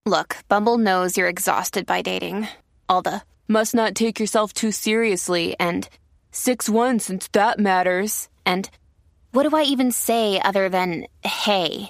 Look, Bumble knows you're exhausted by dating. All the must not take yourself too seriously and 6'1" since that matters. And what do I even say other than hey?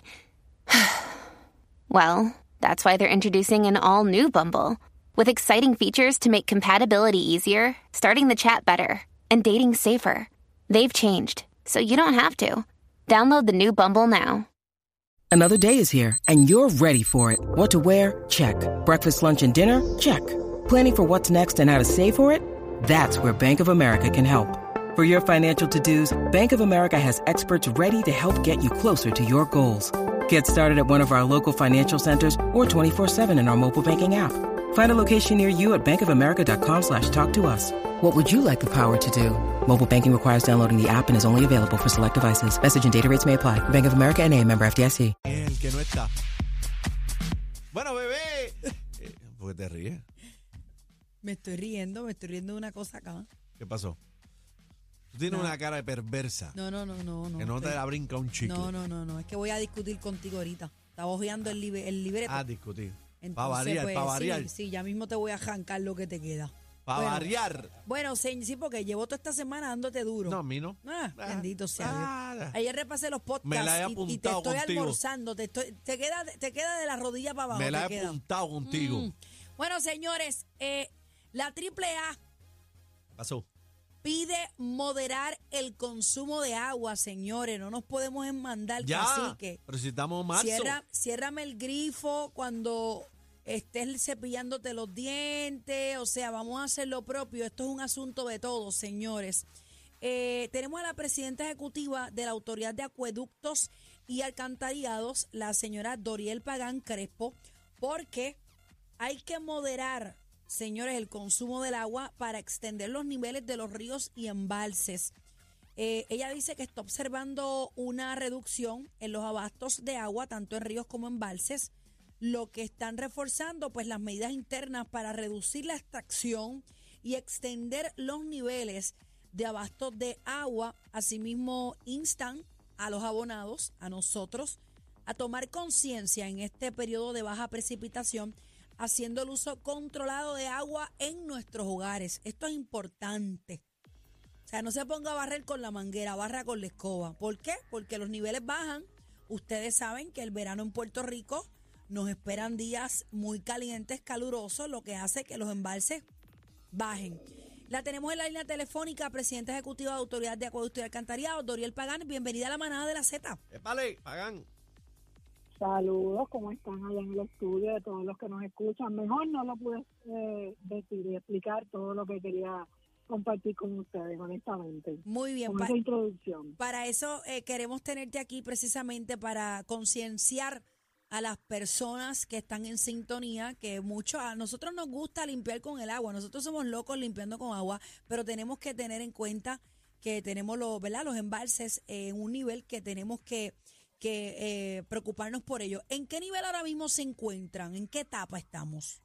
Well, that's why they're introducing an all-new Bumble with exciting features to make compatibility easier, starting the chat better, and dating safer. They've changed, so you don't have to. Download the new Bumble now. Another day is here, and you're ready for it. What to wear? Check. Breakfast, lunch, and dinner? Check. Planning for what's next and how to save for it? That's where Bank of America can help. For your financial to-dos, Bank of America has experts ready to help get you closer to your goals. Get started at one of our local financial centers or 24/7 in our mobile banking app. Find a location near you at bankofamerica.com/talktous. What would you like the power to do? Mobile banking requires downloading the app and is only available for select devices. Message and data rates may apply. Bank of America N.A., member FDIC. El que no está. Bueno, bebé. ¿Por qué te ríes? Me estoy riendo de una cosa acá. ¿Qué pasó? Tú tienes una cara de perversa. No. Que no te la brinca un chicle. No. Es que voy a discutir contigo ahorita. Estaba hojeando el libreto. Discutir. Para variar. Sí, ya mismo te voy a arrancar lo que te queda. Para variar. Bueno, sí, porque llevo toda esta semana dándote duro. No, a mí no. Bendito sea Dios. Ayer repasé los podcasts Me la he y te apuntado estoy contigo. almorzando. Te queda de la rodilla para abajo. Me la he apuntado contigo. Bueno, señores, la AAA Pasó. pide moderar el consumo de agua, señores. No nos podemos enmandar, Ya, cacique. pero si estamos en marzo. Ciérrame el grifo cuando estés cepillándote los dientes. O sea, vamos a hacer lo propio. Esto es un asunto de todos, señores. Tenemos a la presidenta ejecutiva de la Autoridad de Acueductos y Alcantarillados, la señora Doriel Pagán Crespo, porque hay que moderar, señores, el consumo del agua para extender los niveles de los ríos y embalses. Ella dice que está observando una reducción en los abastos de agua, tanto en ríos como embalses, lo que están reforzando pues las medidas internas para reducir la extracción y extender los niveles de abastos de agua. Asimismo, instan a los abonados, a nosotros, a tomar conciencia en este periodo de baja precipitación, haciendo el uso controlado de agua en nuestros hogares. Esto es importante. O sea, no se ponga a barrer con la manguera, barra con la escoba. ¿Por qué? Porque los niveles bajan. Ustedes saben que el verano en Puerto Rico nos esperan días muy calientes, calurosos, lo que hace que los embalses bajen. La tenemos en la línea telefónica, presidenta ejecutiva de Autoridad de Acueducto y Alcantarillado, Doriel Pagán. Bienvenida a la manada de la Z. Vale, Pagán. Saludos, ¿cómo están allá en el estudio de todos los que nos escuchan? Mejor no lo pude decir y explicar todo lo que quería compartir con ustedes, honestamente. Muy bien. Con esa introducción. Para eso queremos tenerte aquí precisamente para concienciar a las personas que están en sintonía, que a nosotros nos gusta limpiar con el agua, nosotros somos locos limpiando con agua, pero tenemos que tener en cuenta que tenemos los embalses en un nivel que tenemos que preocuparnos por ello. ¿En qué nivel ahora mismo se encuentran? ¿En qué etapa estamos?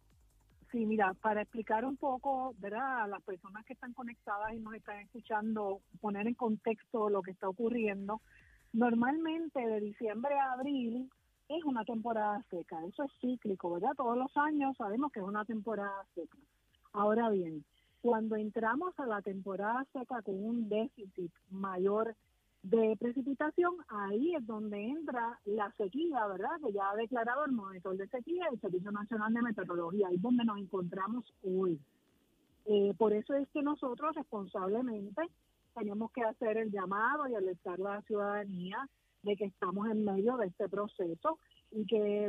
Sí, mira, para explicar un poco, ¿verdad?, a las personas que están conectadas y nos están escuchando, poner en contexto lo que está ocurriendo. Normalmente de diciembre a abril es una temporada seca, eso es cíclico, ¿verdad? Todos los años sabemos que es una temporada seca. Ahora bien, cuando entramos a la temporada seca con un déficit mayor de precipitación, ahí es donde entra la sequía, ¿verdad? Que ya ha declarado el monitor de sequía y el Servicio Nacional de Meteorología, ahí es donde nos encontramos hoy. Por eso es que nosotros responsablemente tenemos que hacer el llamado y alertar a la ciudadanía de que estamos en medio de este proceso y que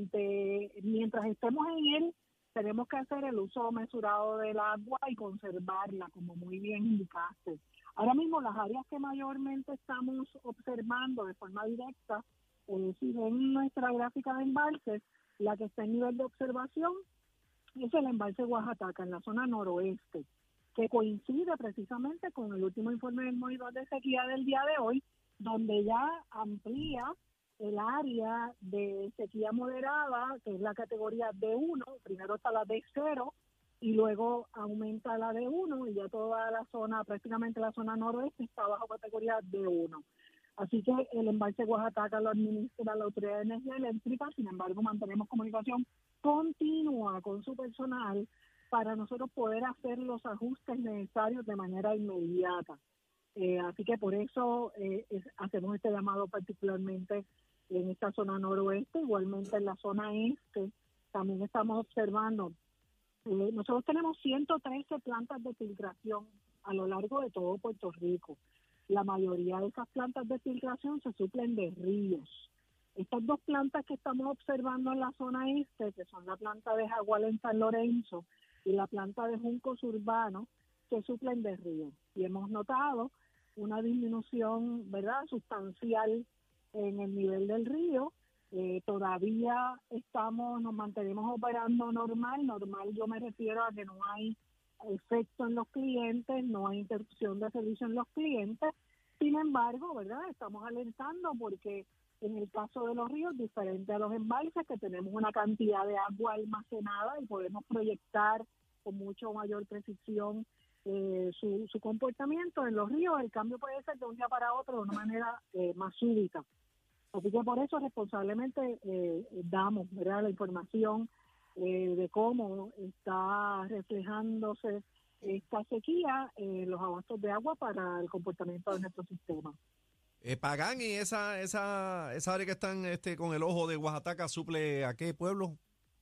mientras estemos en él, tenemos que hacer el uso mesurado del agua y conservarla, como muy bien indicaste. Ahora mismo las áreas que mayormente estamos observando de forma directa, si ven nuestra gráfica de embalses, la que está en nivel de observación es el embalse Oaxaca, en la zona noroeste, que coincide precisamente con el último informe del monitor de sequía del día de hoy, donde ya amplía el área de sequía moderada, que es la categoría D1, primero está la D0, y luego aumenta la D1 y ya toda la zona, prácticamente la zona noroeste, está bajo categoría D1. Así que el embalse Oaxaca lo administra la Autoridad de Energía Eléctrica. Sin embargo, mantenemos comunicación continua con su personal para nosotros poder hacer los ajustes necesarios de manera inmediata. Así que por eso hacemos este llamado particularmente en esta zona noroeste, igualmente en la zona este. También estamos observando, nosotros tenemos 113 plantas de filtración a lo largo de todo Puerto Rico. La mayoría de esas plantas de filtración se suplen de ríos. Estas dos plantas que estamos observando en la zona este, que son la planta de Jaguar en San Lorenzo y la planta de Juncos Urbano, se suplen de ríos. Y hemos notado una disminución, ¿verdad?, sustancial en el nivel del río. Todavía nos mantenemos operando normal. Normal yo me refiero a que no hay efecto en los clientes, no hay interrupción de servicio en los clientes. Sin embargo, ¿verdad?, estamos alertando porque en el caso de los ríos, diferente a los embalses, que tenemos una cantidad de agua almacenada y podemos proyectar con mucho mayor precisión su comportamiento. En los ríos el cambio puede ser de un día para otro de una manera más súbita. Así que por eso responsablemente damos, ¿verdad?, la información de cómo está reflejándose esta sequía, los abastos de agua para el comportamiento de nuestro sistema. Pagán y esa área que están con el ojo de Oaxaca, ¿suple a qué pueblo?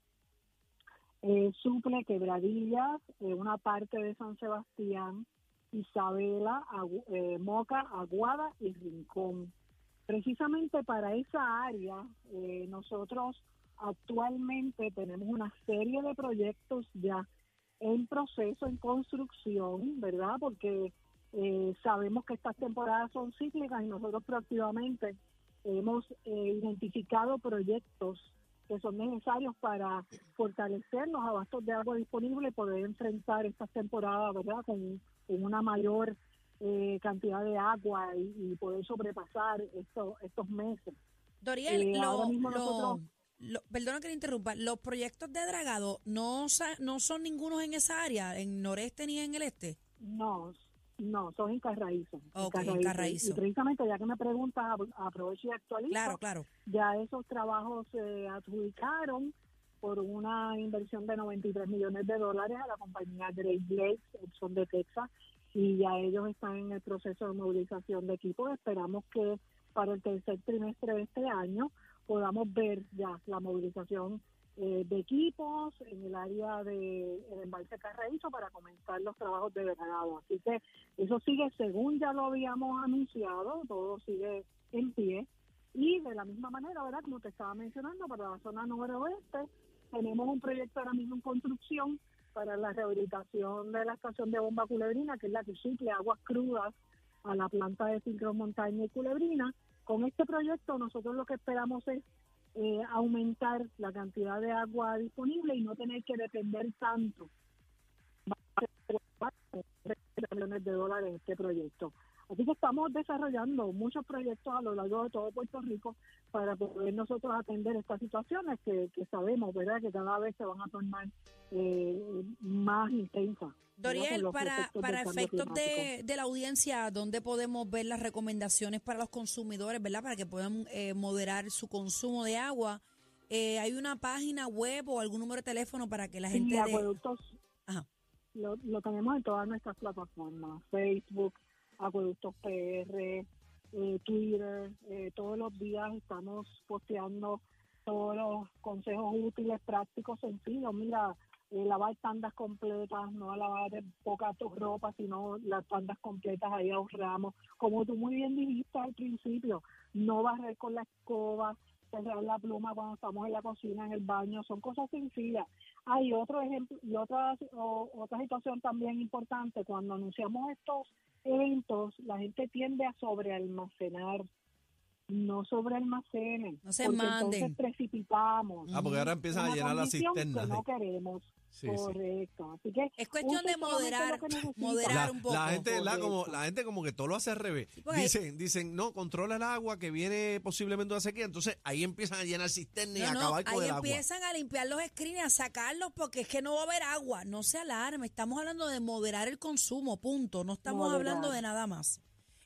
Suple Quebradillas, una parte de San Sebastián, Isabela, Moca, Aguada y Rincón. Precisamente para esa área, nosotros actualmente tenemos una serie de proyectos ya en proceso, en construcción, ¿verdad? Porque sabemos que estas temporadas son cíclicas y nosotros proactivamente hemos identificado proyectos que son necesarios para fortalecer los abastos de agua disponibles y poder enfrentar estas temporadas, ¿verdad?, con una mayor cantidad de agua y poder sobrepasar estos meses. Doriel, nosotros, perdona que le interrumpa, los proyectos de dragado no son ningunos en esa área, en noreste ni en el este. No, son en Carraízo. Okay, en Carraízo. Y precisamente ya que me preguntas, aprovecho y actualizo. Claro. Ya esos trabajos se adjudicaron por una inversión de $93 millones a la compañía Great Lakes, son de Texas, y ya ellos están en el proceso de movilización de equipos. Esperamos que para el tercer trimestre de este año podamos ver ya la movilización de equipos en el área del embalse Carraízo para comenzar los trabajos de dragado. Así que eso sigue según ya lo habíamos anunciado, todo sigue en pie. Y de la misma manera, ¿verdad?, como te estaba mencionando, para la zona noroeste tenemos un proyecto ahora mismo en construcción para la rehabilitación de la estación de bomba Culebrina, que es la que suple aguas crudas a la planta de Filtros Montaña y Culebrina. Con este proyecto nosotros lo que esperamos es aumentar la cantidad de agua disponible y no tener que depender tanto de millones de dólares en este proyecto. Así que estamos desarrollando muchos proyectos a lo largo de todo Puerto Rico para poder nosotros atender estas situaciones que sabemos, ¿verdad?, que cada vez se van a tornar más intensas. Doriel, para efectos de la audiencia, ¿dónde podemos ver las recomendaciones para los consumidores, ¿verdad?, para que puedan moderar su consumo de agua? ¿Hay una página web o algún número de teléfono para que la gente... Sí, Acueductos, lo tenemos en todas nuestras plataformas, Facebook, Acueductos PR, Twitter, todos los días estamos posteando todos los consejos útiles, prácticos, sencillos. Mira, lavar tandas completas, no lavar poca ropa, sino las tandas completas, ahí ahorramos. Como tú muy bien dijiste al principio, no barrer con la escoba, cerrar la pluma cuando estamos en la cocina, en el baño, son cosas sencillas. Hay otro ejemplo y otra situación también importante: cuando anunciamos estos eventos, la gente tiende a sobrealmacenar. No sobrealmacenen, no se porque manden. Entonces precipitamos. Porque ahora empiezan a llenar las cisternas. Que no queremos. Sí, correcto. Así que es cuestión de moderar un poco. La gente como que todo lo hace al revés. Dicen, no, controla el agua que viene posiblemente una sequía. Entonces ahí empiezan a llenar cisternas y acabar con el agua. Ahí empiezan a limpiar los screens, a sacarlos porque es que no va a haber agua. No se alarme, estamos hablando de moderar el consumo, punto. No estamos hablando de nada más.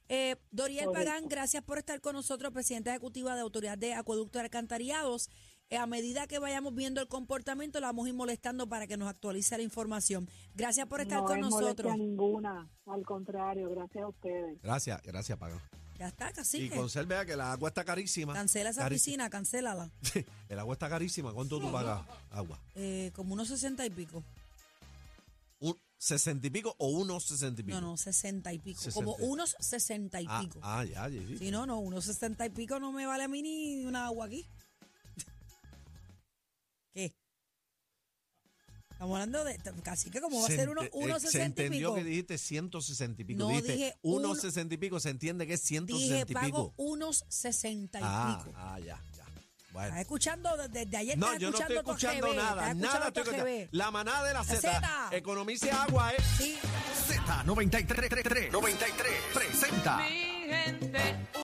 Doriel Correcto. Pagán, gracias por estar con nosotros, presidenta ejecutiva de Autoridad de Acueductos y Alcantarillados. A medida que vayamos viendo el comportamiento, la vamos a ir molestando para que nos actualice la información. Gracias por estar con No es nosotros. molestia ninguna, al contrario, gracias a ustedes. Gracias, Pagán. Ya está, Y cacique. conserve que la agua está carísima. Cancela esa piscina, cancélala. El agua está carísima. ¿Cuánto tú pagas agua? Como unos 60 y pico. ¿Un 60 y pico o unos 60 y pico? No, 60 y pico. 60. Como unos 60 y pico. Ya. Si no, unos 60 y pico no me vale a mí ni una agua aquí. ¿Qué? Estamos hablando de, casi que como va a ser unos 60 Se y entendió pico. que dijiste 160 y pico. No, dijiste dije unos 60 y pico, se entiende que es 160 Dije, y pico. pago unos 60 y pico. Ya. Bueno. ¿Estás escuchando desde ayer? No, estás yo no estoy escuchando todo GB, nada. estás Nada escuchando estoy todo escuchando. GB. La manada de la Z. Z. Economice agua, Sí. Z93 presenta. Mi gente